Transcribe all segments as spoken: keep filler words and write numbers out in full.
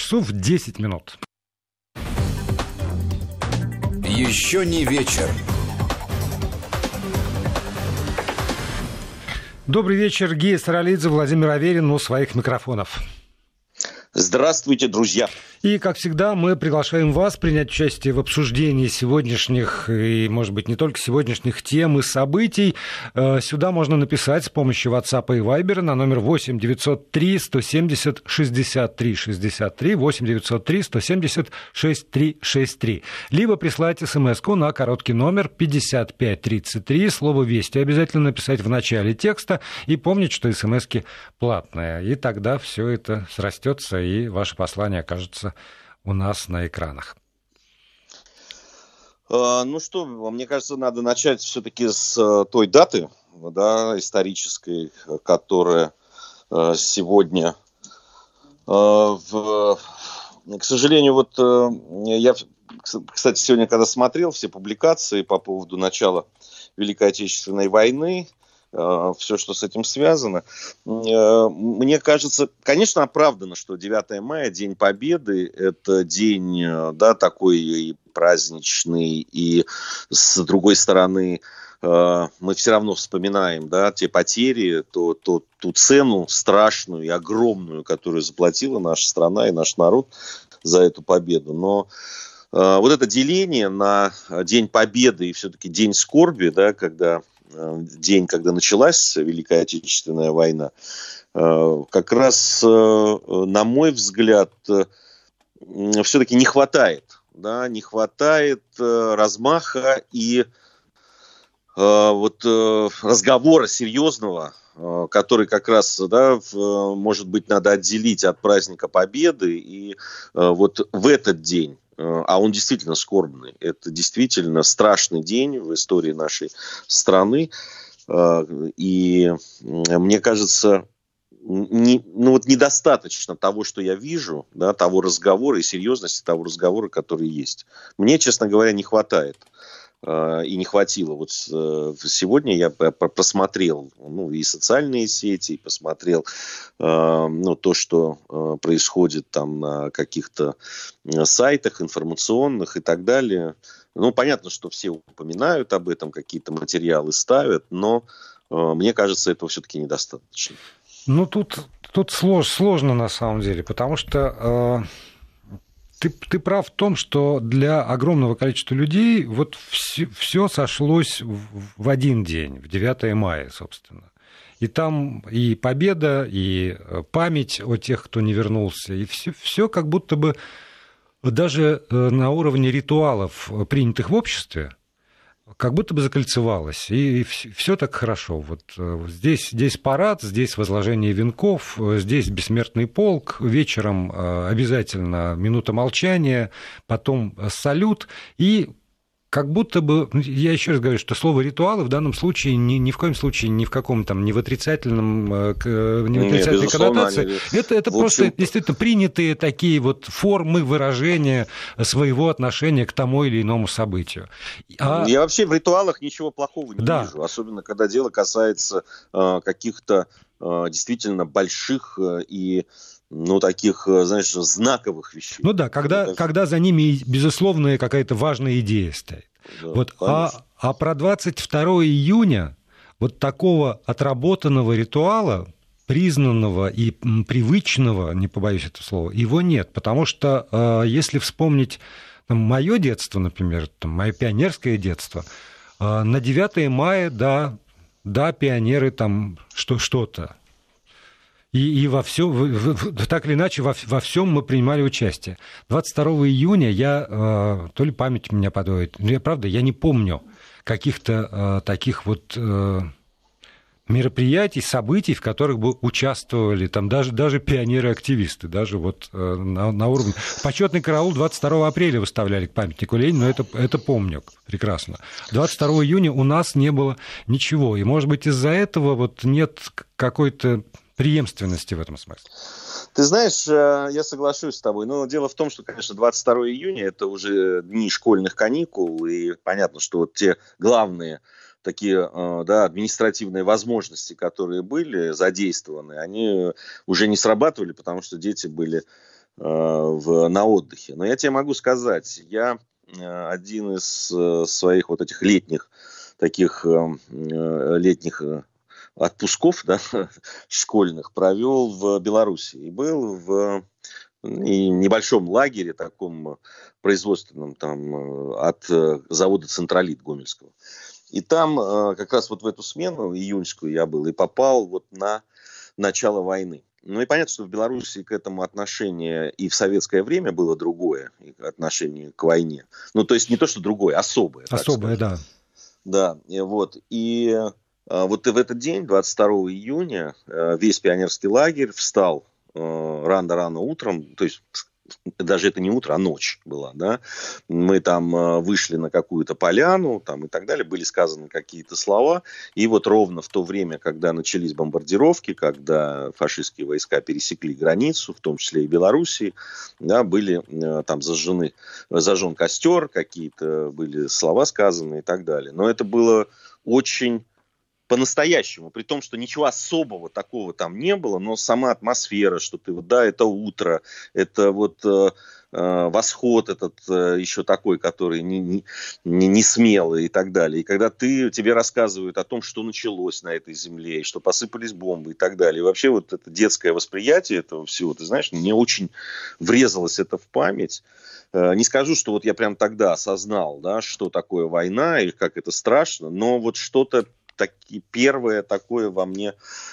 часов десять минут. Еще не вечер. Добрый вечер. Гея Саралидзе, Владимир Аверин у своих микрофонов. Здравствуйте, друзья. И, как всегда, мы приглашаем вас принять участие в обсуждении сегодняшних и, может быть, не только сегодняшних тем и событий. Сюда можно написать с помощью WhatsApp и Viber на номер восемь девятьсот три сто семьдесят шестьдесят три шестьдесят три, восемь девятьсот три сто семьдесят шестьдесят три шестьдесят три. Либо прислать смс-ку на короткий номер пятьдесят пять тридцать три. Слово «Вести» обязательно написать в начале текста. И помнить, что смс-ки платные. И тогда все это срастется, и ваше послание окажется у нас на экранах. Ну что, мне кажется, надо начать все-таки с той даты, да, исторической, которая сегодня, в... к сожалению, вот я, кстати, сегодня, когда смотрел все публикации по поводу начала Великой Отечественной войны, все, что с этим связано. Мне кажется, конечно, оправдано, что девятое мая, День Победы, это день, да, такой и праздничный, и с другой стороны, мы все равно вспоминаем, да, те потери, то, то, ту цену страшную и огромную, которую заплатила наша страна и наш народ за эту победу. Но вот это деление на День Победы и все-таки День скорби, да, когда день, когда началась Великая Отечественная война, как раз, на мой взгляд, все-таки не хватает, да, не хватает размаха и вот разговора серьезного, который как раз, да, может быть, надо отделить от праздника Победы, и вот в этот день, а он действительно скорбный, это действительно страшный день в истории нашей страны, и мне кажется, не, ну вот недостаточно того, что я вижу, да, того разговора и серьезности того разговора, который есть. Мне, честно говоря, не хватает. И не хватило. Вот сегодня я просмотрел, ну, и социальные сети, и посмотрел, ну, то, что происходит там на каких-то сайтах информационных и так далее. Ну, понятно, что все упоминают об этом, какие-то материалы ставят, но мне кажется, этого все-таки недостаточно. Ну, тут, тут слож, сложно на самом деле, потому что... Ты, ты прав в том, что для огромного количества людей вот все, все сошлось в, в один день, в девятое мая, собственно. И там и победа, и память о тех, кто не вернулся, и все, все как будто бы даже на уровне ритуалов, принятых в обществе, как будто бы закольцевалось, и все так хорошо. Вот здесь, здесь парад, здесь возложение венков, здесь бессмертный полк, вечером обязательно минута молчания, потом салют, и как будто бы, я еще раз говорю, что слово «ритуалы» в данном случае ни, ни в коем случае ни в каком там, ни в отрицательном, ни в отрицательной Нет, коннотации. Они... Это, это просто общем... действительно принятые такие вот формы выражения своего отношения к тому или иному событию. А... Я вообще в ритуалах ничего плохого не да. вижу, особенно когда дело касается э, каких-то э, действительно больших э, и ну, таких, знаешь, знаковых вещей. Ну да, когда, это... когда за ними, безусловно, какая-то важная идея стоит. Да, вот, а, а про двадцать второе июня вот такого отработанного ритуала, признанного и привычного, не побоюсь этого слова, его нет. Потому что, э, если вспомнить там, мое детство, например, там, мое пионерское детство, э, на девятое мая, да, да, пионеры там что, что-то. И, и во всем, так или иначе, во, во всем мы принимали участие. двадцать второго июня я, э, то ли память меня подводит, но я, правда, я не помню каких-то э, таких вот э, мероприятий, событий, в которых бы участвовали там даже, даже пионеры-активисты, даже вот э, на, на уровне... Почетный караул двадцать второго апреля выставляли к памятнику Ленина, но это, это помню прекрасно. двадцать второго июня у нас не было ничего, и, может быть, из-за этого вот нет какой-то преемственности в этом смысле. Ты знаешь, я соглашусь с тобой, но дело в том, что, конечно, двадцать второго июня это уже дни школьных каникул, и понятно, что вот те главные такие, да, административные возможности, которые были задействованы, они уже не срабатывали, потому что дети были в, на отдыхе. Но я тебе могу сказать, я один из своих вот этих летних, таких летних отпусков, да, школьных провел в Беларуси. И был в и небольшом лагере, таком производственном, там, от завода «Централит» Гомельского. И там как раз вот в эту смену июньскую я был и попал вот на начало войны. Ну и понятно, что в Беларуси к этому отношение и в советское время было другое, отношение к войне. Ну то есть не то, что другое, особое. Особое, да. Да, и вот. И вот в этот день, двадцать второго июня, весь пионерский лагерь встал рано-рано утром, то есть даже это не утро, а ночь была, да, мы там вышли на какую-то поляну, там и так далее, были сказаны какие-то слова, и вот ровно в то время, когда начались бомбардировки, когда фашистские войска пересекли границу, в том числе и Белоруссии, да, были там зажжены, зажжен костер, какие-то были слова сказаны и так далее, но это было очень по-настоящему, при том, что ничего особого такого там не было, но сама атмосфера, что ты, да, это утро, это вот э, восход этот э, еще такой, который не, не, не смелый и так далее. И когда ты, тебе рассказывают о том, что началось на этой земле, и что посыпались бомбы и так далее. И вообще вот это детское восприятие этого всего, ты знаешь, мне очень врезалось это в память. Не скажу, что вот я прям тогда осознал, да, что такое война и как это страшно, но вот что-то Таки, первое такое во мне,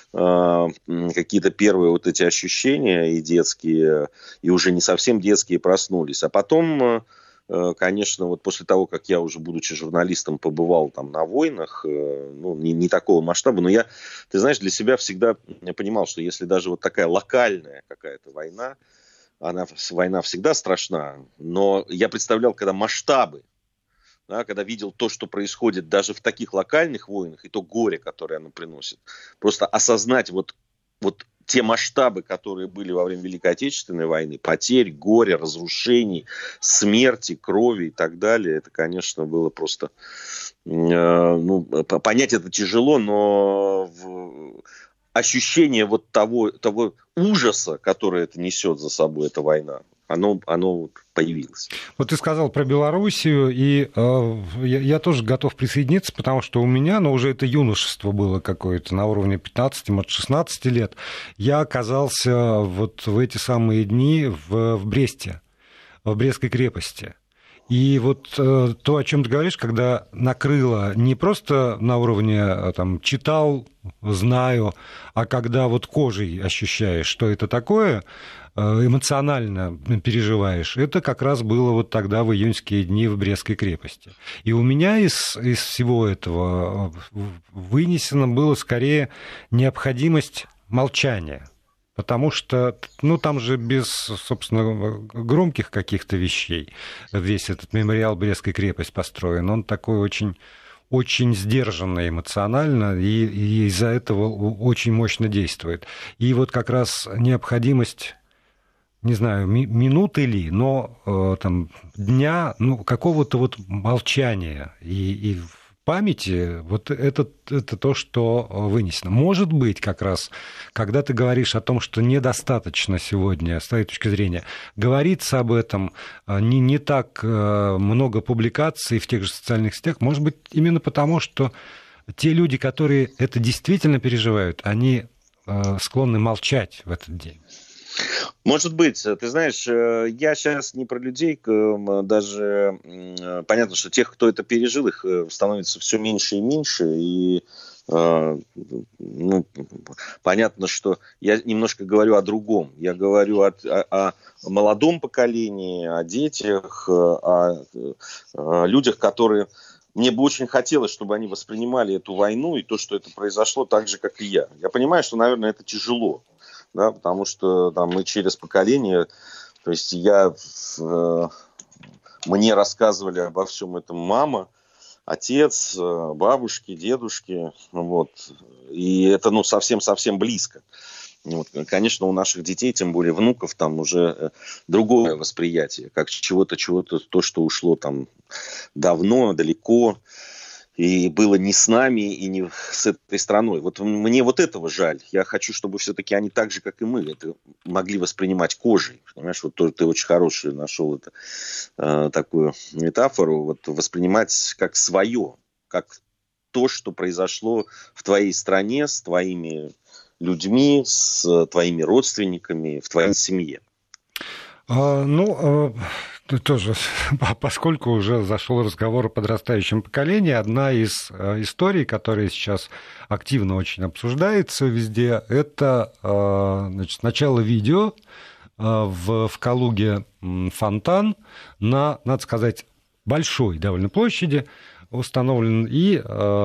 э, какие-то первые вот эти ощущения и детские, и уже не совсем детские проснулись. А потом, э, конечно, вот после того, как я уже, будучи журналистом, побывал там на войнах, э, ну, не, не такого масштаба, но я, ты знаешь, для себя всегда понимал, что если даже вот такая локальная какая-то война, она, война всегда страшна, но я представлял, когда масштабы, да, когда видел то, что происходит даже в таких локальных войнах, и то горе, которое оно приносит. Просто осознать вот, вот те масштабы, которые были во время Великой Отечественной войны, потерь, горя, разрушений, смерти, крови и так далее, это, конечно, было просто... Э, ну, понять это тяжело, но... В... ощущение вот того, того ужаса, который это несет за собой, эта война, оно, оно появилось. Вот ты сказал про Белоруссию, и э, я, я тоже готов присоединиться, потому что у меня, ну, уже это юношество было какое-то на уровне пятнадцати, может, шестнадцати лет. Я оказался вот в эти самые дни в, в Бресте, в Брестской крепости. И вот э, то, о чем ты говоришь, когда накрыло не просто на уровне там, читал, знаю, а когда вот кожей ощущаешь, что это такое, э, эмоционально переживаешь, это как раз было вот тогда в июньские дни в Брестской крепости. И у меня из, из всего этого вынесено было скорее необходимость молчания. Потому что, ну, там же без, собственно, громких каких-то вещей весь этот мемориал Брестской крепости построен. Он такой очень, очень сдержанный эмоционально, и, и из-за этого очень мощно действует. И вот как раз необходимость, не знаю, ми- минуты ли, но э, там, дня, ну, какого-то вот молчания и, и памяти, вот это, это то, что вынесено. Может быть, как раз, когда ты говоришь о том, что недостаточно сегодня, с твоей точки зрения, говорится об этом, не, не так много публикаций в тех же социальных сетях, может быть, именно потому, что те люди, которые это действительно переживают, они склонны молчать в этот день. Может быть. Ты знаешь, я сейчас не про людей, даже понятно, что тех, кто это пережил, их становится все меньше и меньше, и ну, понятно, что я немножко говорю о другом. Я говорю о, о, о молодом поколении, о детях, о, о людях, которые... Мне бы очень хотелось, чтобы они воспринимали эту войну и то, что это произошло, так же, как и я. Я понимаю, что, наверное, это тяжело. Да, потому что там, мы через поколение, то есть я, э, мне рассказывали обо всем этом мама, отец, бабушки, дедушки, вот, и это, ну, совсем-совсем близко. Вот, конечно, у наших детей, тем более внуков, там уже другое восприятие, как чего-то, чего-то, то, что ушло там давно, далеко. и было не с нами, и не с этой страной. Вот мне вот этого жаль. Я хочу, чтобы все-таки они так же, как и мы, это могли воспринимать кожей. Понимаешь, вот ты очень хороший нашел это, э, такую метафору. Вот воспринимать как свое, как то, что произошло в твоей стране, с твоими людьми, с твоими родственниками, в твоей семье. А, ну, а, тоже, поскольку уже зашел разговор о подрастающем поколении, одна из историй, которая сейчас активно очень обсуждается везде, это, значит, сначала видео в, в Калуге фонтан на, надо сказать, большой довольно площади установлен, и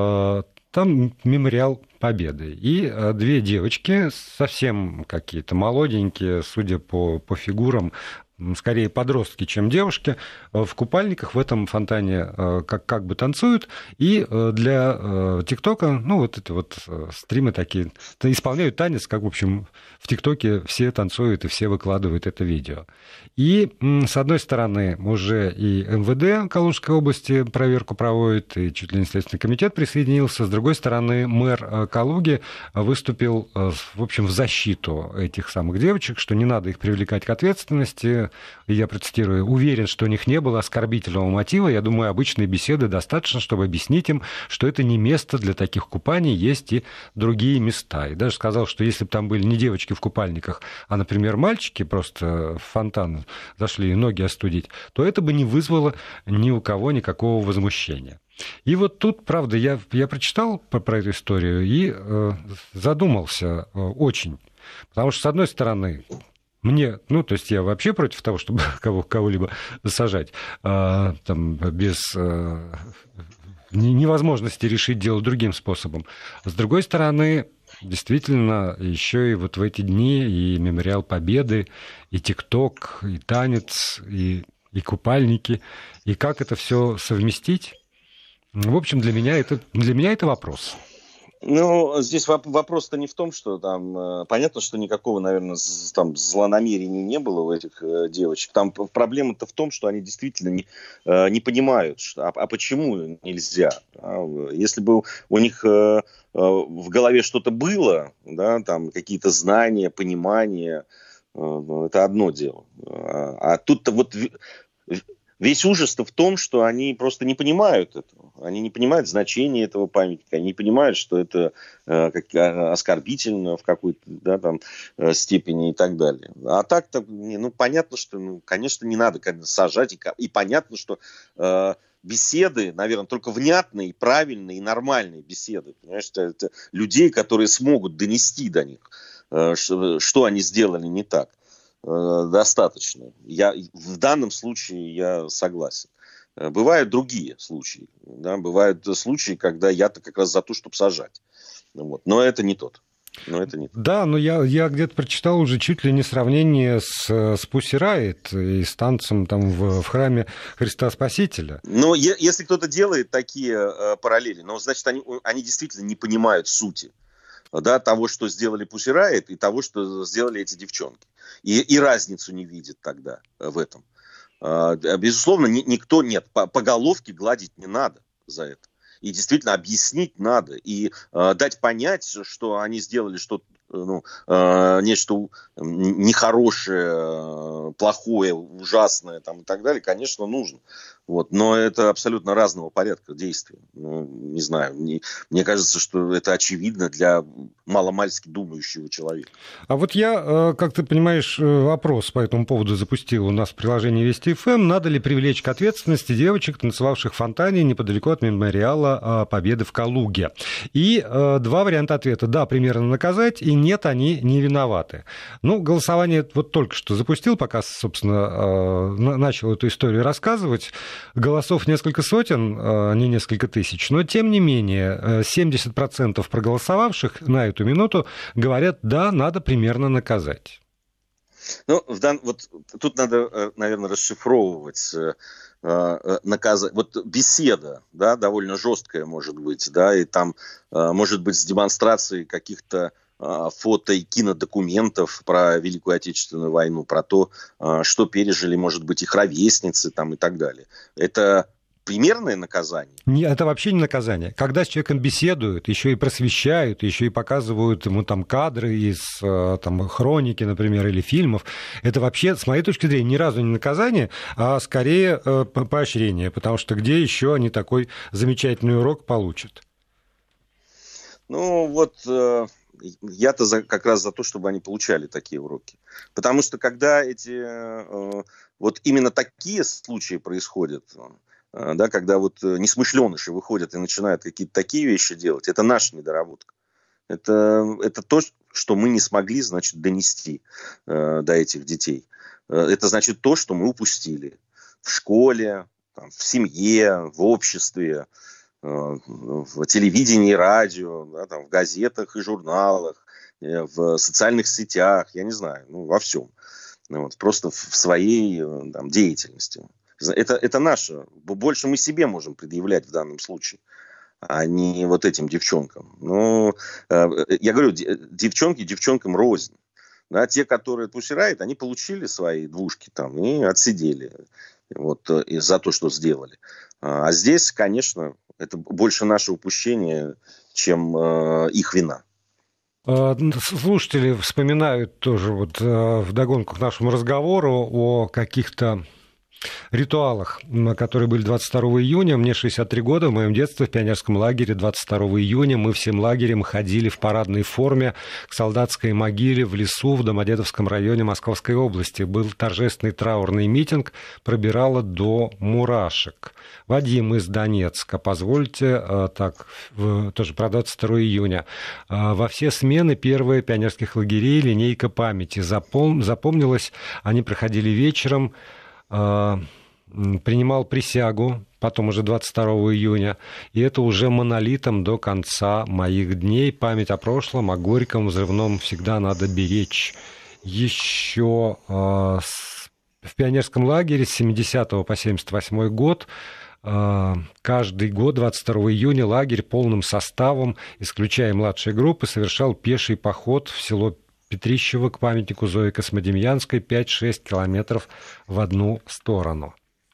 там мемориал Победы. И две девочки, совсем какие-то молоденькие, судя по, по фигурам, скорее подростки, чем девушки, в купальниках в этом фонтане как, как бы танцуют. И для ТикТока, ну, вот эти вот стримы такие, исполняют танец, как, в общем, в ТикТоке все танцуют и все выкладывают это видео. И, с одной стороны, уже и эм вэ дэ Калужской области проверку проводит, и чуть ли не Следственный комитет присоединился. С другой стороны, мэр Калуги выступил, в общем, в защиту этих самых девочек, что не надо их привлекать к ответственности. Я процитирую: уверен, что у них не было оскорбительного мотива. Я думаю, обычной беседы достаточно, чтобы объяснить им, что это не место для таких купаний, есть и другие места. И даже сказал, что если бы там были не девочки в купальниках, а, например, мальчики просто в фонтан зашли ноги остудить, то это бы не вызвало ни у кого никакого возмущения. И вот тут, правда, я, я прочитал про, про эту историю и э, задумался э, очень. Потому что, с одной стороны, мне, ну, то есть я вообще против того, чтобы кого, кого-либо сажать, э, там, без э, невозможности решить дело другим способом. С другой стороны, действительно, еще и вот в эти дни и мемориал Победы, и ТикТок, и танец, и, и купальники, и как это все совместить? В общем, для меня это, для меня это вопрос. Ну, здесь вопрос-то не в том, что там... Понятно, что никакого, наверное, там злонамерения не было у этих девочек. Там проблема-то в том, что они действительно не, не понимают, что, а, а почему нельзя. Если бы у них в голове что-то было, да, там какие-то знания, понимание, это одно дело. А тут-то вот... Весь ужас-то в том, что они просто не понимают этого. Они не понимают значения этого памятника, они не понимают, что это э, как, оскорбительно в какой-то, да, там, э, степени и так далее. А так-то, ну, понятно, что, ну, конечно, не надо сажать. И, и понятно, что э, беседы, наверное, только внятные, правильные и нормальные беседы. Понимаешь, это, это людей, которые смогут донести до них, э, что, что они сделали не так. Достаточно. Я, в данном случае я согласен. Бывают другие случаи. Да? Бывают случаи, когда я-то как раз за то, чтобы сажать. Вот. Но это не тот. Но это не тот. Да, но я, я где-то прочитал уже чуть ли не сравнение с, с Pussy Riot и с танцем там в, в храме Христа Спасителя. Но е- если кто-то делает такие э, параллели, ну, значит, они, они действительно не понимают сути, да, того, что сделали Pussy Riot, и того, что сделали эти девчонки. И, и разницу не видит тогда в этом. Безусловно, ни, никто нет. По, по головке гладить не надо за это. И действительно объяснить надо. И э, дать понять, что они сделали что-то, ну, э, нечто нехорошее, плохое, ужасное там, и так далее, конечно, нужно. Вот. Но это абсолютно разного порядка действия. Ну, не знаю, не, мне кажется, что это очевидно для маломальски думающего человека. А вот я, как ты понимаешь, вопрос по этому поводу запустил у нас в приложении Вести эф эм. Надо ли привлечь к ответственности девочек, танцевавших в фонтане неподалеку от мемориала Победы в Калуге? И два варианта ответа. Да, примерно наказать, и нет, они не виноваты. Ну, голосование вот только что запустил, пока, собственно, начал эту историю рассказывать. Голосов несколько сотен, а не несколько тысяч, но, тем не менее, семьдесят процентов проголосовавших на эту минуту говорят, да, надо примерно наказать. Ну, в дан... вот тут надо, наверное, расшифровывать наказание. Вот беседа, да, довольно жесткая может быть, да, и там может быть с демонстрацией каких-то фото и кинодокументов про Великую Отечественную войну, про то, что пережили, может быть, их ровесницы там, и так далее. Это примерное наказание? Это вообще не наказание. Когда с человеком беседуют, еще и просвещают, еще и показывают ему там кадры из там, хроники, например, или фильмов, это вообще, с моей точки зрения, ни разу не наказание, а скорее поощрение, потому что где еще они такой замечательный урок получат? Ну, вот я-то за, как раз за то, чтобы они получали такие уроки. Потому что когда эти, вот именно такие случаи происходят, да, когда вот несмышленыши выходят и начинают какие-то такие вещи делать, это наша недоработка. Это, это то, что мы не смогли, значит, донести э, до этих детей. Это значит то, что мы упустили в школе, там, в семье, в обществе, э, в телевидении, радио, да, там, в газетах и журналах, э, в социальных сетях, я не знаю, ну, во всем. Вот, просто в своей там, деятельности. Это, это наше. Больше мы себе можем предъявлять в данном случае, а не вот этим девчонкам. Ну, я говорю, девчонки девчонкам рознь. Да, те, которые пусирают, они получили свои двушки там и отсидели вот, и за то, что сделали. А здесь, конечно, это больше наше упущение, чем э, их вина. Слушатели вспоминают тоже вот вдогонку к нашему разговору о каких-то ритуалах, которые были двадцать второго июня. Мне шестьдесят три года, в моем детстве в пионерском лагере двадцать второго июня мы всем лагерем ходили в парадной форме к солдатской могиле в лесу в Домодедовском районе Московской области. Был торжественный траурный митинг, пробирало до мурашек. Вадим из Донецка, позвольте, так, тоже про двадцать второго июня. Во все смены первые пионерских лагерей линейка памяти. Запом... Запомнилось, они проходили вечером, принимал присягу, потом уже двадцать второго июня, и это уже монолитом до конца моих дней. Память о прошлом, о горьком, взрывном всегда надо беречь. Еще э, с, в пионерском лагере с семидесятого по семьдесят восьмой год э, каждый год двадцать второго июня лагерь полным составом, исключая младшие группы, совершал пеший поход в село Петрищево к памятнику Зои Космодемьянской, пять-шесть километров в одну сторону.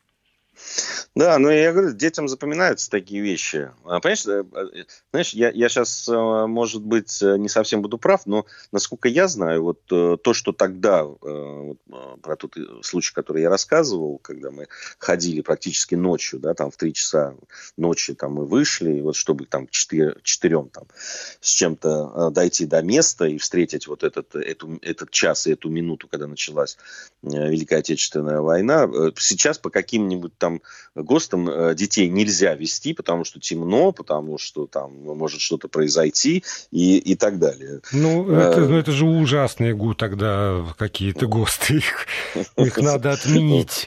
Да, ну я говорю, детям запоминаются такие вещи. Понимаешь, знаешь, я, я сейчас, может быть, не совсем буду прав, но насколько я знаю, вот то, что тогда, вот, про тот случай, который я рассказывал, когда мы ходили практически ночью, да, там в три часа ночи там мы вышли, и вот чтобы там к четырем там с чем-то дойти до места и встретить вот этот, эту, этот час и эту минуту, когда началась Великая Отечественная война, сейчас по каким-нибудь там ГОСТам детей нельзя вести, потому что темно, потому что там может что-то произойти и, и так далее. Ну, это, ну, это же ужасные гу тогда какие-то ГОСТы, их, их надо отменить.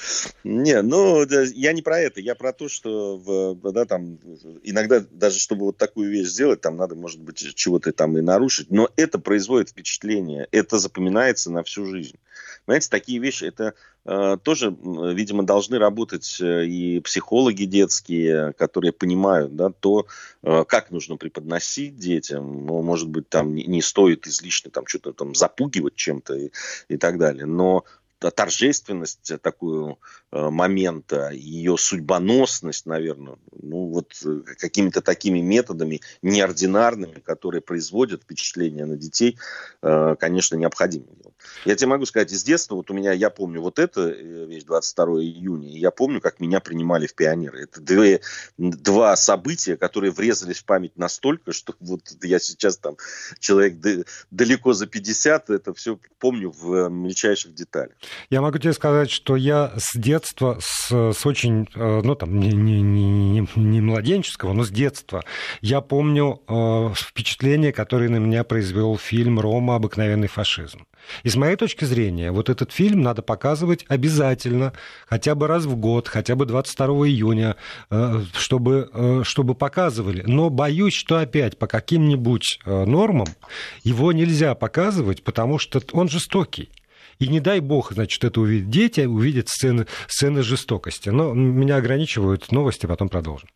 Не, ну, я не про это, я про то, что да, там, иногда даже чтобы вот такую вещь сделать, там надо, может быть, чего-то там и нарушить, но это производит впечатление, это запоминается на всю жизнь. Понимаете, такие вещи, это э, тоже, видимо, должны работать и психологи детские, которые понимают, да, то, э, как нужно преподносить детям. Ну, может быть, там не, не стоит излишне там, что-то там запугивать чем-то и, и так далее. Но торжественность такую э, момента, ее судьбоносность, наверное, ну вот какими-то такими методами неординарными, которые производят впечатление на детей, э, конечно, необходимо делать. Я тебе могу сказать, из детства, вот у меня, я помню вот это, вещь двадцать второго июня, и я помню, как меня принимали в пионеры. Это две, два события, которые врезались в память настолько, что вот я сейчас там, человек далеко за пятьдесят, это все помню в мельчайших деталях. Я могу тебе сказать, что я с детства, с, с очень, ну там, не, не, не, не младенческого, но с детства, я помню э, впечатление, которое на меня произвел фильм «Рома. Обыкновенный фашизм». И с моей точки зрения, вот этот фильм надо показывать обязательно, хотя бы раз в год, хотя бы двадцать второго июня, э, чтобы, э, чтобы показывали. Но боюсь, что опять по каким-нибудь э, нормам его нельзя показывать, потому что он жестокий. И не дай бог, значит, это увидят дети, увидят сцены, сцены жестокости. Но меня ограничивают новости, потом продолжим.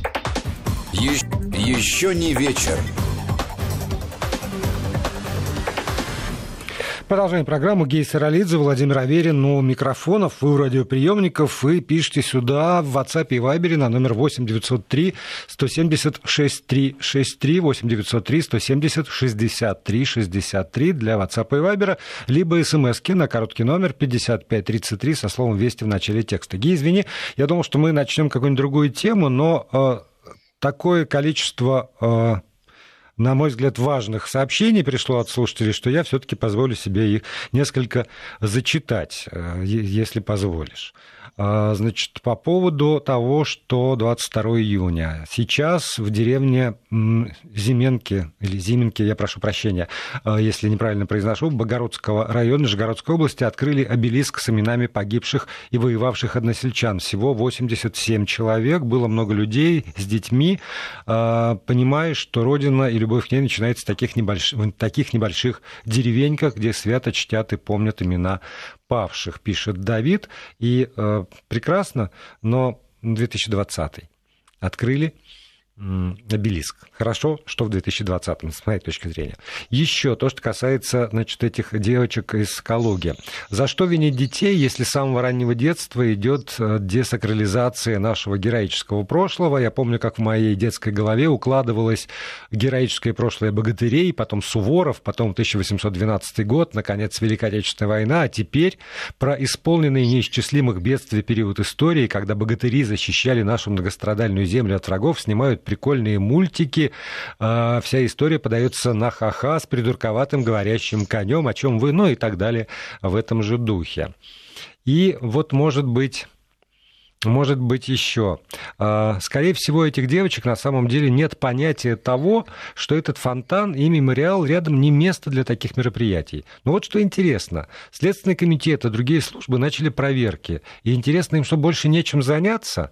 Еще, еще не вечер. Продолжаем программу. Гей Саралидзе, Владимир Аверин у микрофонов, вы у радиоприемников. Вы пишите сюда в WhatsApp и Viber на номер восемь девятьсот три сто семьдесят шестьдесят три шестьдесят три, восемь девятьсот три сто семьдесят шестьдесят три шестьдесят три для WhatsApp и Viber, либо смски на короткий номер пятьдесят пять тридцать три со словом «Вести» в начале текста. Гей, извини, я думал, что мы начнем какую-нибудь другую тему, но э, такое количество... Э, на мой взгляд, важных сообщений пришло от слушателей, что я все-таки позволю себе их несколько зачитать, если позволишь. Значит, по поводу того, что двадцать второго июня. Сейчас в деревне Зименки, или Зименки, я прошу прощения, если неправильно произношу, Богородского района Нижегородской области открыли обелиск с именами погибших и воевавших односельчан. Всего восемьдесят семь человек, было много людей с детьми, понимая, что Родина и любовь к ней начинается в таких небольших, в таких небольших деревеньках, где свято чтят и помнят имена павших, пишет Давид. И э, прекрасно, но две тысячи двадцатый открыли м, обелиск. Хорошо, что в две тысячи двадцатом, с моей точки зрения. Еще то, что касается, значит, этих девочек из Калуги. За что винить детей, если с самого раннего детства идет десакрализация нашего героического прошлого? Я помню, как в моей детской голове укладывалось героическое прошлое богатырей, потом Суворов, потом тысяча восемьсот двенадцатый год, наконец, Великая Отечественная война, а теперь про исполненный неисчислимых бедствий период истории, когда богатыри защищали нашу многострадальную землю от врагов, снимают прикольные мультики. Вся история подается на ха-ха с придурковатым говорящим конем, о чем вы, ну и так далее в этом же духе. И вот, может быть... Может быть, еще. Скорее всего, у этих девочек на самом деле нет понятия того, что этот фонтан и мемориал рядом не место для таких мероприятий. Но вот что интересно. Следственный комитет и другие службы начали проверки. И интересно им, что больше нечем заняться.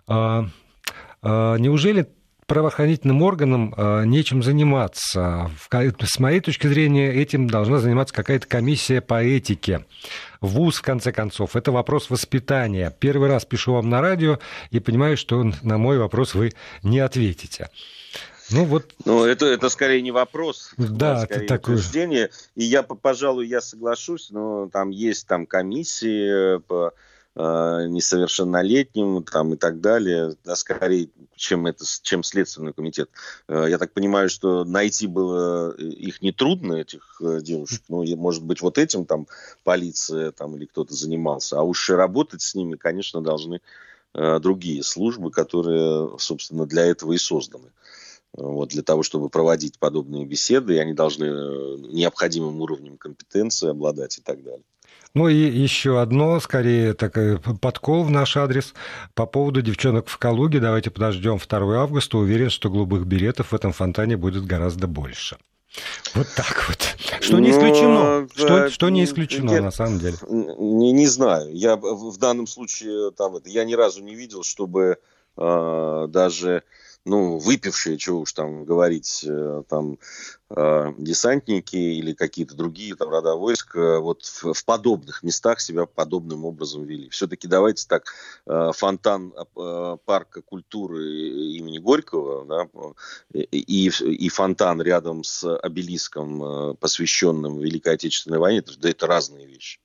Неужели правоохранительным органам нечем заниматься? С моей точки зрения, этим должна заниматься какая-то комиссия по этике. ВУЗ, в конце концов, это вопрос воспитания. Первый раз пишу вам на радио и понимаю, что на мой вопрос вы не ответите. Ну, вот... ну это, это скорее не вопрос, да, это скорее такое... утверждение. И я, пожалуй, я соглашусь, но там есть там комиссии по несовершеннолетним там, и так далее, да, скорее, чем, это, чем Следственный комитет. Я так понимаю, что найти было их нетрудно, этих девушек. Ну, может быть, вот этим там полиция там, или кто-то занимался. А уж работать с ними, конечно, должны другие службы, которые, собственно, для этого и созданы. Вот, для того, чтобы проводить подобные беседы, и они должны необходимым уровнем компетенции обладать и так далее. Ну и еще одно, скорее, такой подкол в наш адрес по поводу девчонок в Калуге. Давайте подождем второго августа. Уверен, что голубых беретов в этом фонтане будет гораздо больше. Вот так вот. Что не исключено. Но, что, да, что не исключено, я, на самом деле. Не, не знаю. Я в данном случае, там, я ни разу не видел, чтобы э, даже... ну, выпившие, чего уж там говорить, там, э, десантники или какие-то другие там рода войск, э, вот в, в подобных местах себя подобным образом вели. Все-таки давайте так, э, фонтан э, парка культуры имени Горького, да, и, и фонтан рядом с обелиском, э, посвященным Великой Отечественной войне, это, да, это разные вещи.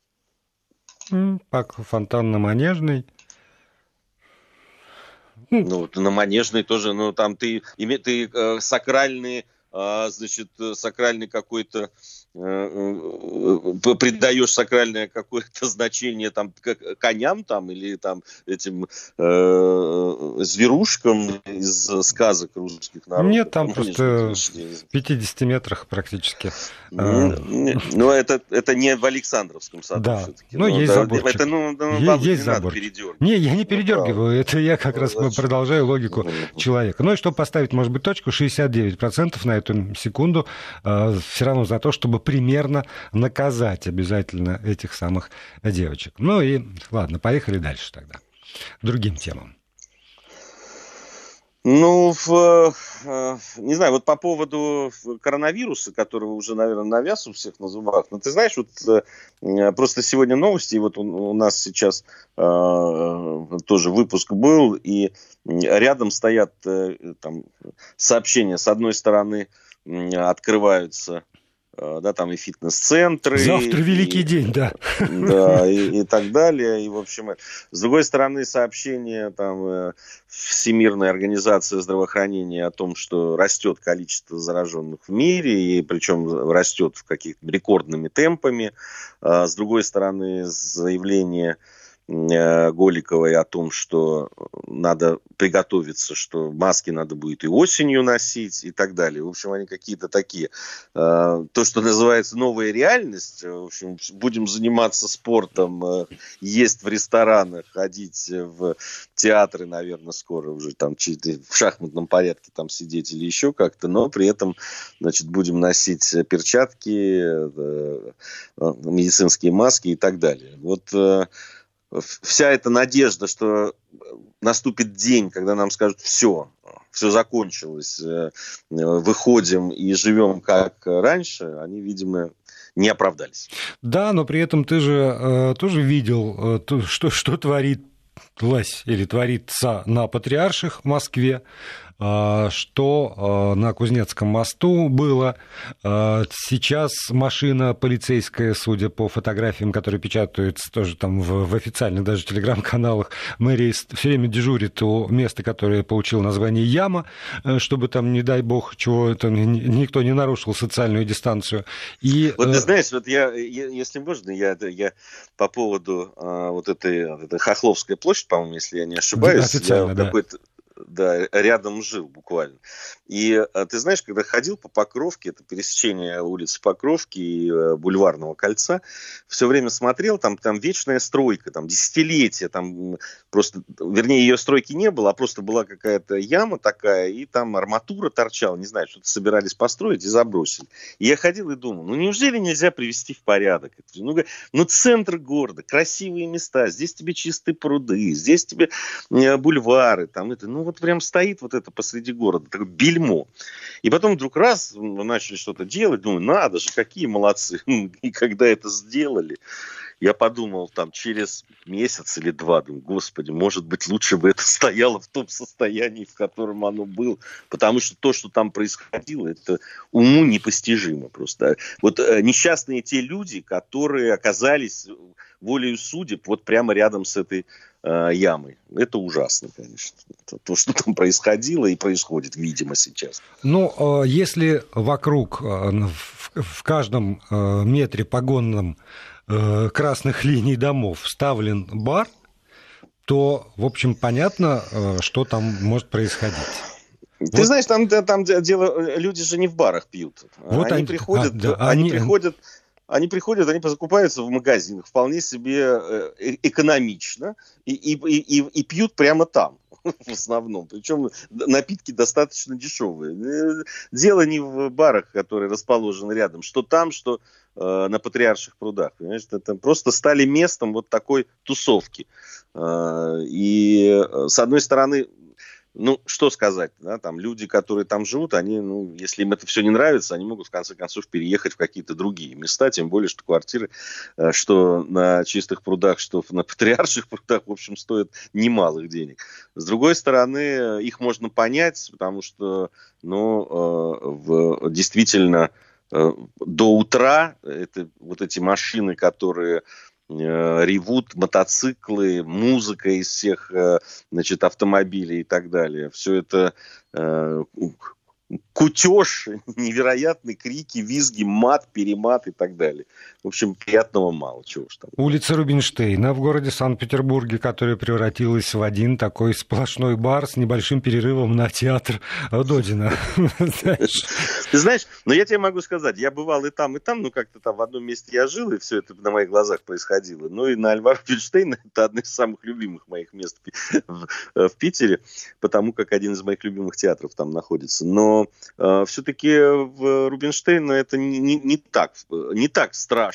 Парк фонтанно-манежный. Ну, на Манежной тоже, ну, там ты, ты э, сакральный, э, значит, сакральный какой-то, э, э, придаешь сакральное какое-то значение там коням там или там этим э, зверушкам из сказок русских народов. Нет, там просто в пятидесяти метрах практически. Ну, это, это не в Александровском саду. Да, все-таки. ну, есть да, заборчик. Это, ну, ну, есть, есть не забор. Не, я не передергиваю, ну, это я как ну, раз значит... продолжаю логику ну, человека. Ну и чтобы поставить, может быть, точку, шестьдесят девять процентов на эту секунду э, все равно за то, чтобы примерно наказать обязательно этих самых девочек. Ну и ладно, поехали дальше тогда. Другим темам. Ну, в, не знаю, вот по поводу коронавируса, которого уже, наверное, навяз у всех на зубах. Ну, ты знаешь, вот просто сегодня новости, и вот у нас сейчас э, тоже выпуск был, и рядом стоят э, там сообщения. С одной стороны, открываются да, там и фитнес-центры. Завтра и, великий день, да. Да, и, и так далее. И, в общем, с другой стороны, сообщение там Всемирной организации здравоохранения о том, что растет количество зараженных в мире, и причем растет в каких-то рекордными темпами. С другой стороны, заявление Голиковой о том, что надо приготовиться, что маски надо будет и осенью носить и так далее. В общем, они какие-то такие. То, что называется новая реальность. В общем, будем заниматься спортом, есть в ресторанах, ходить в театры, наверное, скоро уже там в шахматном порядке там сидеть или еще как-то, но при этом, значит, будем носить перчатки, медицинские маски и так далее. Вот вся эта надежда, что наступит день, когда нам скажут: все, все закончилось, выходим и живем как раньше, они, видимо, не оправдались. Да, но при этом ты же э, тоже видел, э, что, что творилось или творится на Патриарших в Москве, что на Кузнецком мосту было. Сейчас машина полицейская, судя по фотографиям, которые печатаются тоже там в, в официальных даже телеграм-каналах, мэрия все время дежурит у места, которое получило название Яма, чтобы там, не дай бог, чего там никто не нарушил социальную дистанцию. И... Вот ты знаешь, вот я, если можно, я, я по поводу а, вот этой, вот этой Хохловской площади, по-моему, если я не ошибаюсь, официально, я да. какой-то Да, рядом жил буквально. И ты знаешь, когда ходил по Покровке, это пересечение улицы Покровки и Бульварного кольца, все время смотрел, там, там вечная стройка, там десятилетия, там просто, вернее, ее стройки не было, а просто была какая-то яма такая, и там арматура торчала, не знаю, что-то собирались построить и забросили. И я ходил и думал, ну неужели нельзя привести в порядок? Ну, ну центр города, красивые места, здесь тебе чистые пруды, здесь тебе бульвары, там это, ну вот прям стоит вот это посреди города, такое бельмо. И потом вдруг раз начали что-то делать, думаю, надо же, какие молодцы. И когда это сделали, я подумал, там, через месяц или два, думаю, господи, может быть, лучше бы это стояло в том состоянии, в котором оно было. Потому что то, что там происходило, это уму непостижимо просто. Вот несчастные те люди, которые оказались волею судеб вот прямо рядом с этой э, ямой. Это ужасно, конечно. Это то, что там происходило и происходит, видимо, сейчас. Ну, э, если вокруг, э, в, в каждом э, метре погонном э, красных линий домов вставлен бар, то, в общем, понятно, э, что там может происходить. Ты вот. знаешь, там, там дело, люди же не в барах пьют. Вот они, они приходят, а, да, они, они приходят... Они приходят, они закупаются в магазинах вполне себе экономично и, и, и, и пьют прямо там, в основном. Причем напитки достаточно дешевые. Дело не в барах, которые расположены рядом, что там, что э, на Патриарших прудах. Понимаешь? Это просто стали местом вот такой тусовки. Э, и, с одной стороны, ну, что сказать, да, там люди, которые там живут, они, ну, если им это все не нравится, они могут, в конце концов, переехать в какие-то другие места, тем более, что квартиры, что на Чистых прудах, что на Патриарших прудах, в общем, стоят немалых денег. С другой стороны, их можно понять, потому что, ну, в, действительно, до утра это вот эти машины, которые... ревут, мотоциклы, музыка из всех, значит, автомобилей и так далее. Все это э, кутеж, невероятные крики, визги, мат, перемат и так далее. В общем, приятного мало, чего уж там. Улица Рубинштейна в городе Санкт-Петербурге, которая превратилась в один такой сплошной бар с небольшим перерывом на театр Додина. Ты знаешь, но я тебе могу сказать, я бывал и там, и там, ну как-то там в одном месте я жил, и все это на моих глазах происходило. Ну и на Льва Рубинштейна, это одно из самых любимых моих мест в Питере, потому как один из моих любимых театров там находится. Но э, все-таки в Рубинштейна это не, не, не, так, не так страшно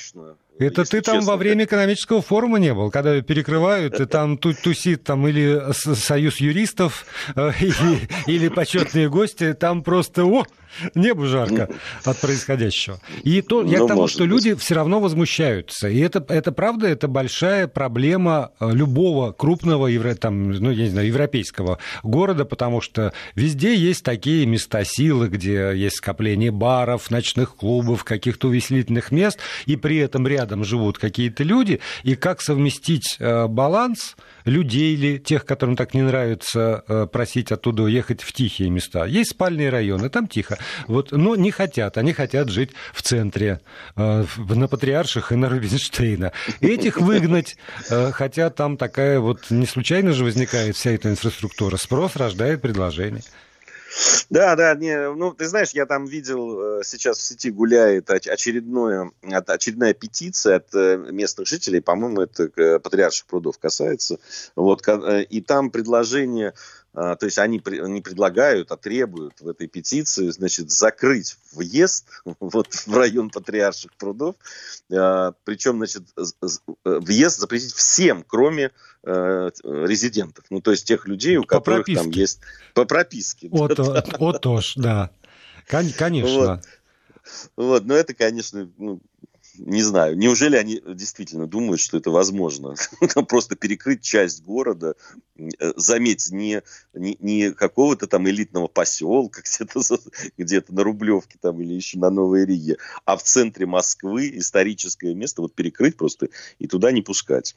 Это ты там честно, во время экономического форума не был, когда перекрывают, и там тусит там или союз юристов, или, или почетные гости, там просто, о, небу жарко от происходящего. И то, я ну, к тому, что быть. Люди все равно возмущаются. И это, это правда, это большая проблема любого крупного евро, там, ну, я не знаю, европейского города, потому что везде есть такие места силы, где есть скопление баров, ночных клубов, каких-то увеселительных мест, и при этом рядом живут какие-то люди, и как совместить э, баланс людей или тех, которым так не нравится э, просить оттуда уехать в тихие места. Есть спальные районы, там тихо, вот, но не хотят, они хотят жить в центре, э, на Патриарших и на Рубинштейна. Этих выгнать, э, хотя там такая вот, не случайно же возникает вся эта инфраструктура, спрос рождает предложение. Да, да, не, ну, ты знаешь, я там видел, сейчас в сети гуляет очередное, очередная петиция от местных жителей, по-моему, это Патриарших прудов касается, вот, и там предложение, то есть они не предлагают, а требуют в этой петиции, значит, закрыть въезд вот, в район Патриарших прудов, причем, значит, въезд запретить всем, кроме резидентов, ну, то есть тех людей, у которых по прописке. Там есть по прописке. Вот, да, вот тоже, да. Конечно. Вот, вот. Но это, конечно, ну, не знаю, неужели они действительно думают, что это возможно? Просто перекрыть часть города, заметь, не, не, не какого-то там элитного поселка где-то, где-то на Рублевке там, или еще на Новой Риге, а в центре Москвы историческое место вот перекрыть просто и туда не пускать.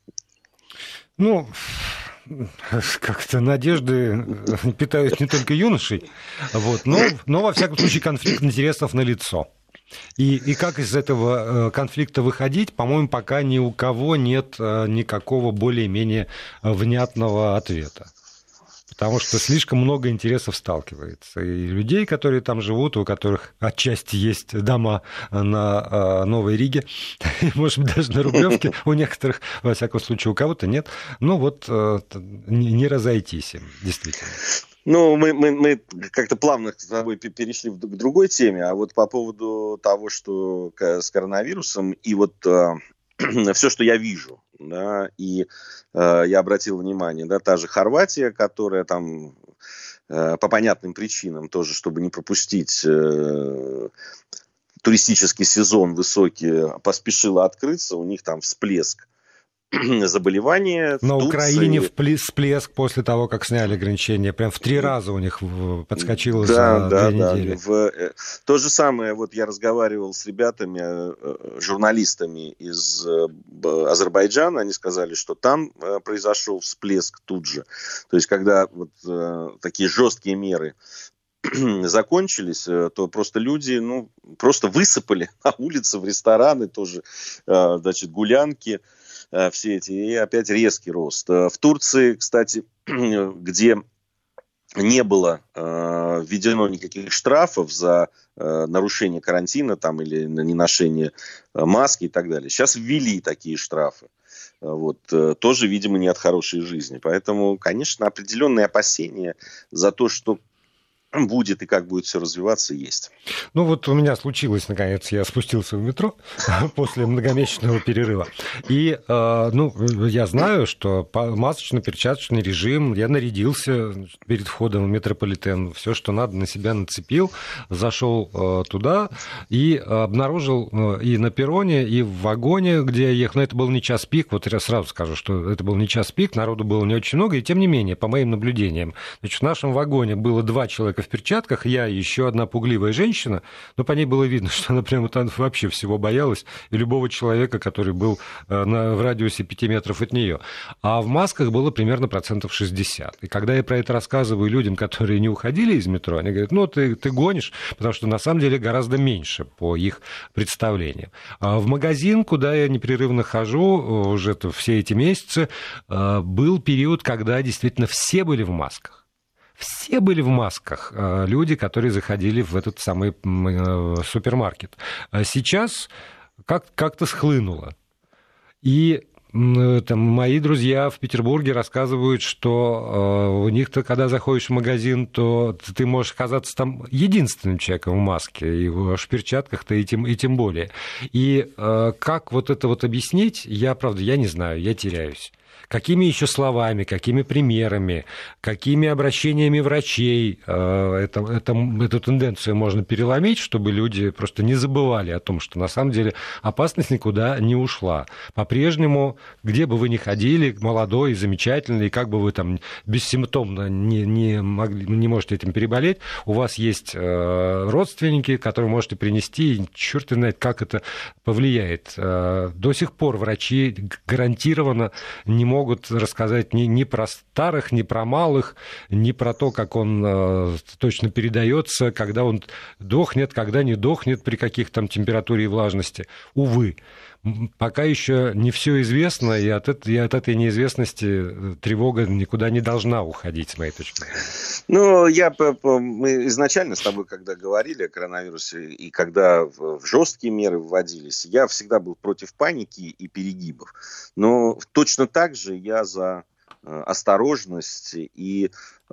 Ну, как-то надежды питают не только юношей, вот, но, но, во всяком случае, конфликт интересов налицо. И, и как из этого конфликта выходить, по-моему, пока ни у кого нет никакого более-менее внятного ответа. Потому что слишком много интересов сталкивается. И людей, которые там живут, у которых отчасти есть дома на Новой Риге, может быть, даже на Рублевке, у некоторых, во всяком случае, у кого-то нет. Ну вот не разойтись им, действительно. Ну, мы, мы, мы как-то плавно с тобой перешли к другой теме, а вот по поводу того, что с коронавирусом, и вот все, что я вижу, да, и э, я обратил внимание, да, та же Хорватия, которая там э, по понятным причинам тоже, чтобы не пропустить э, туристический сезон высокий, поспешила открыться, у них там всплеск заболевания. На Украине всплеск после того, как сняли ограничения. Прям в три раза у них подскочило да, за да, две да. недели. В... То же самое, вот я разговаривал с ребятами, журналистами из Азербайджана, они сказали, что там произошел всплеск тут же. То есть, когда вот такие жесткие меры закончились, то просто люди, ну, просто высыпали на улицы, в рестораны тоже, значит, гулянки, все эти, и опять резкий рост. В Турции, кстати, где не было э, введено никаких штрафов за э, нарушение карантина там, или неношение маски и так далее, сейчас ввели такие штрафы. Вот, э, тоже, видимо, не от хорошей жизни. Поэтому, конечно, определенные опасения за то, что будет и как будет все развиваться, есть. Ну вот у меня случилось, наконец, я спустился в метро после многомесячного перерыва. И, ну, я знаю, что масочно-перчаточный режим, я нарядился перед входом в метрополитен, все, что надо, на себя нацепил, зашел туда и обнаружил и на перроне, и в вагоне, где я ехал, но это был не час пик, вот я сразу скажу, что это был не час пик, народу было не очень много, и тем не менее, по моим наблюдениям, значит, в нашем вагоне было два человека в перчатках, я и еще одна пугливая женщина, но по ней было видно, что она прямо там вообще всего боялась, и любого человека, который был на, в радиусе пяти метров от нее. А в масках было примерно процентов шестьдесят. И когда я про это рассказываю людям, которые не уходили из метро, они говорят, ну, ты, ты гонишь, потому что на самом деле гораздо меньше по их представлениям. А в магазин, куда я непрерывно хожу уже все эти месяцы, был период, когда действительно все были в масках. Все были в масках, люди, которые заходили в этот самый супермаркет. Сейчас как- как-то схлынуло. И Там, мои друзья в Петербурге рассказывают, что э, у них-то, когда заходишь в магазин, то ты можешь оказаться там единственным человеком в маске, и в перчатках-то и тем, и тем более. И э, как вот это вот объяснить, я, правда, я не знаю, я теряюсь. Какими еще словами, какими примерами, какими обращениями врачей э, это, это, эту тенденцию можно переломить, чтобы люди просто не забывали о том, что на самом деле опасность никуда не ушла. По-прежнему, где бы вы ни ходили, молодой, замечательный, как бы вы там бессимптомно не, не, могли, не можете этим переболеть, у вас есть э, родственники, которые можете принести, и черт знает, как это повлияет. Э, до сих пор врачи гарантированно не могут могут рассказать ни, ни про старых, ни про малых, ни про то, как он э, точно передается, когда он дохнет, когда не дохнет, при каких там температуре и влажности. Увы, пока еще не все известно, и от, это, и от этой неизвестности тревога никуда не должна уходить, с моей точки зрения. Ну, я, мы изначально с тобой, когда говорили о коронавирусе, и когда в жесткие меры вводились, я всегда был против паники и перегибов. Но точно так же я за осторожность и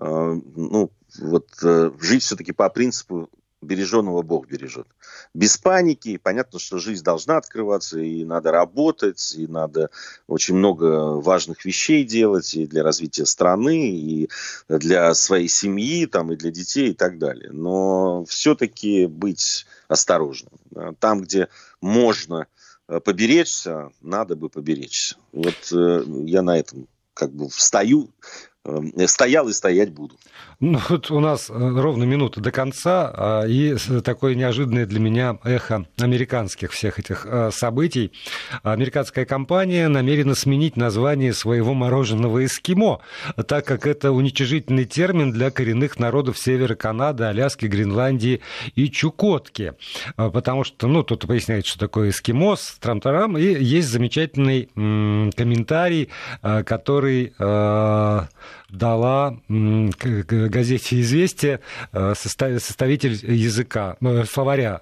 ну, вот, жить все-таки по принципу береженого Бог бережет. Без паники. Понятно, что жизнь должна открываться, и надо работать, и надо очень много важных вещей делать и для развития страны, и для своей семьи, там, и для детей, и так далее. Но все-таки быть осторожным. Там, где можно поберечься, надо бы поберечься. Вот я на этом как бы встаю, стоял и стоять буду. Ну, вот у нас ровно минута до конца, и такое неожиданное для меня эхо американских всех этих событий. Американская компания намерена сменить название своего мороженого «Эскимо», так как это уничижительный термин для коренных народов Севера Канады, Аляски, Гренландии и Чукотки. Потому что, ну, тут поясняет, что такое эскимос, трам-тарам, и есть замечательный м- комментарий, который э, дала м- газете «Известия» составитель языка, словаря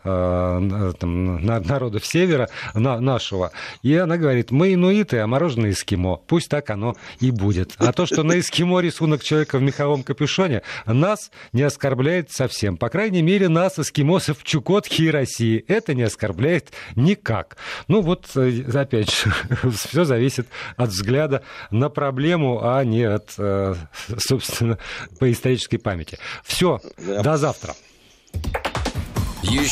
там, народов Севера нашего. И она говорит: мы инуиты, а мороженое эскимо. Пусть так оно и будет. А то, что на эскимо рисунок человека в меховом капюшоне, нас не оскорбляет совсем. По крайней мере, нас, эскимосов Чукотки и России, это не оскорбляет никак. Ну вот, опять же, все зависит от взгляда на проблему, а не от, собственно, по исторической памяти. Все, да. До завтра.